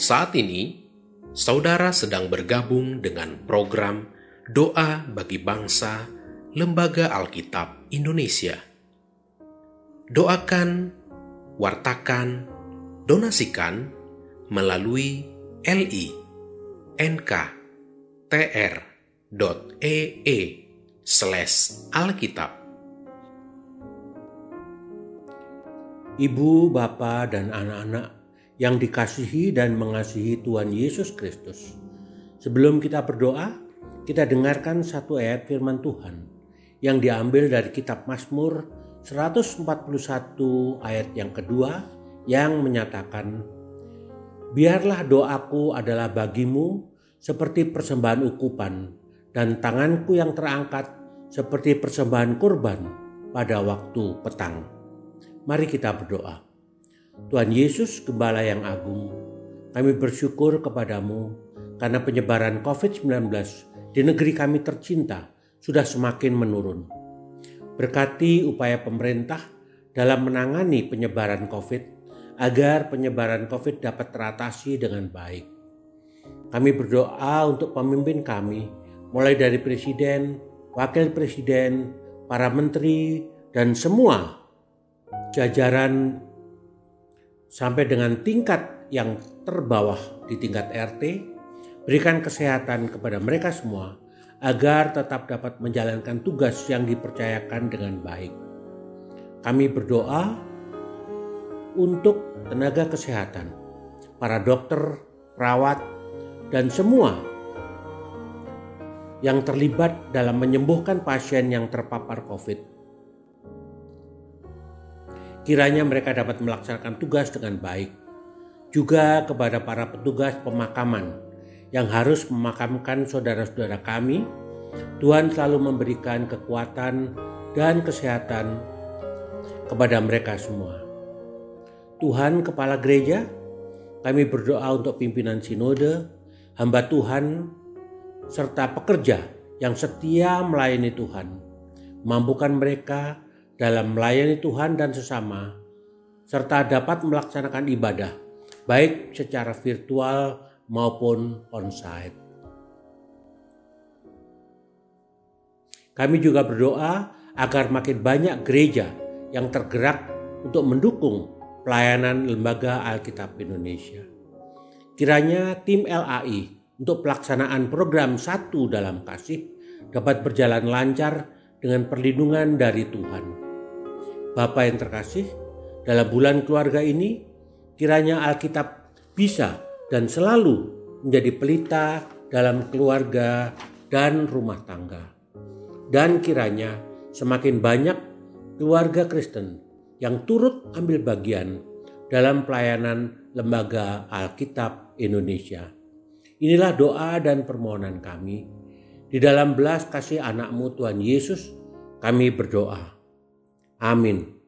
Saat ini, saudara sedang bergabung dengan program Doa bagi Bangsa Lembaga Alkitab Indonesia. Doakan, wartakan, donasikan melalui li.ntr.ee/alkitab. Ibu, Bapa, dan anak-anak yang dikasihi dan mengasihi Tuhan Yesus Kristus. Sebelum kita berdoa, kita dengarkan satu ayat firman Tuhan yang diambil dari kitab Mazmur 141 ayat yang kedua yang menyatakan, "Biarlah doaku adalah bagimu seperti persembahan ukupan dan tanganku yang terangkat seperti persembahan kurban pada waktu petang." Mari kita berdoa. Tuhan Yesus, Gembala yang agung, kami bersyukur kepadamu karena penyebaran COVID-19 di negeri kami tercinta sudah semakin menurun. Berkati upaya pemerintah dalam menangani penyebaran COVID agar penyebaran COVID dapat teratasi dengan baik. Kami berdoa untuk pemimpin kami, mulai dari Presiden, Wakil Presiden, para menteri, dan semua jajaran sampai dengan tingkat yang terbawah di tingkat RT, berikan kesehatan kepada mereka semua agar tetap dapat menjalankan tugas yang dipercayakan dengan baik. Kami berdoa untuk tenaga kesehatan, para dokter, perawat, dan semua yang terlibat dalam menyembuhkan pasien yang terpapar COVID. Kiranya mereka dapat melaksanakan tugas dengan baik. Juga kepada para petugas pemakaman yang harus memakamkan saudara-saudara kami, Tuhan selalu memberikan kekuatan dan kesehatan kepada mereka semua. Tuhan Kepala Gereja, kami berdoa untuk pimpinan sinode, hamba Tuhan, serta pekerja yang setia melayani Tuhan. Mampukan mereka dalam melayani Tuhan dan sesama, serta dapat melaksanakan ibadah, baik secara virtual maupun onsite. Kami juga berdoa agar makin banyak gereja yang tergerak untuk mendukung pelayanan Lembaga Alkitab Indonesia. Kiranya tim LAI untuk pelaksanaan program Satu Dalam Kasih dapat berjalan lancar dengan perlindungan dari Tuhan. Bapa yang terkasih, dalam bulan keluarga ini, kiranya Alkitab bisa dan selalu menjadi pelita dalam keluarga dan rumah tangga. Dan kiranya semakin banyak keluarga Kristen yang turut ambil bagian dalam pelayanan Lembaga Alkitab Indonesia. Inilah doa dan permohonan kami. Di dalam belas kasih anak-Mu Tuhan Yesus, kami berdoa. Amin.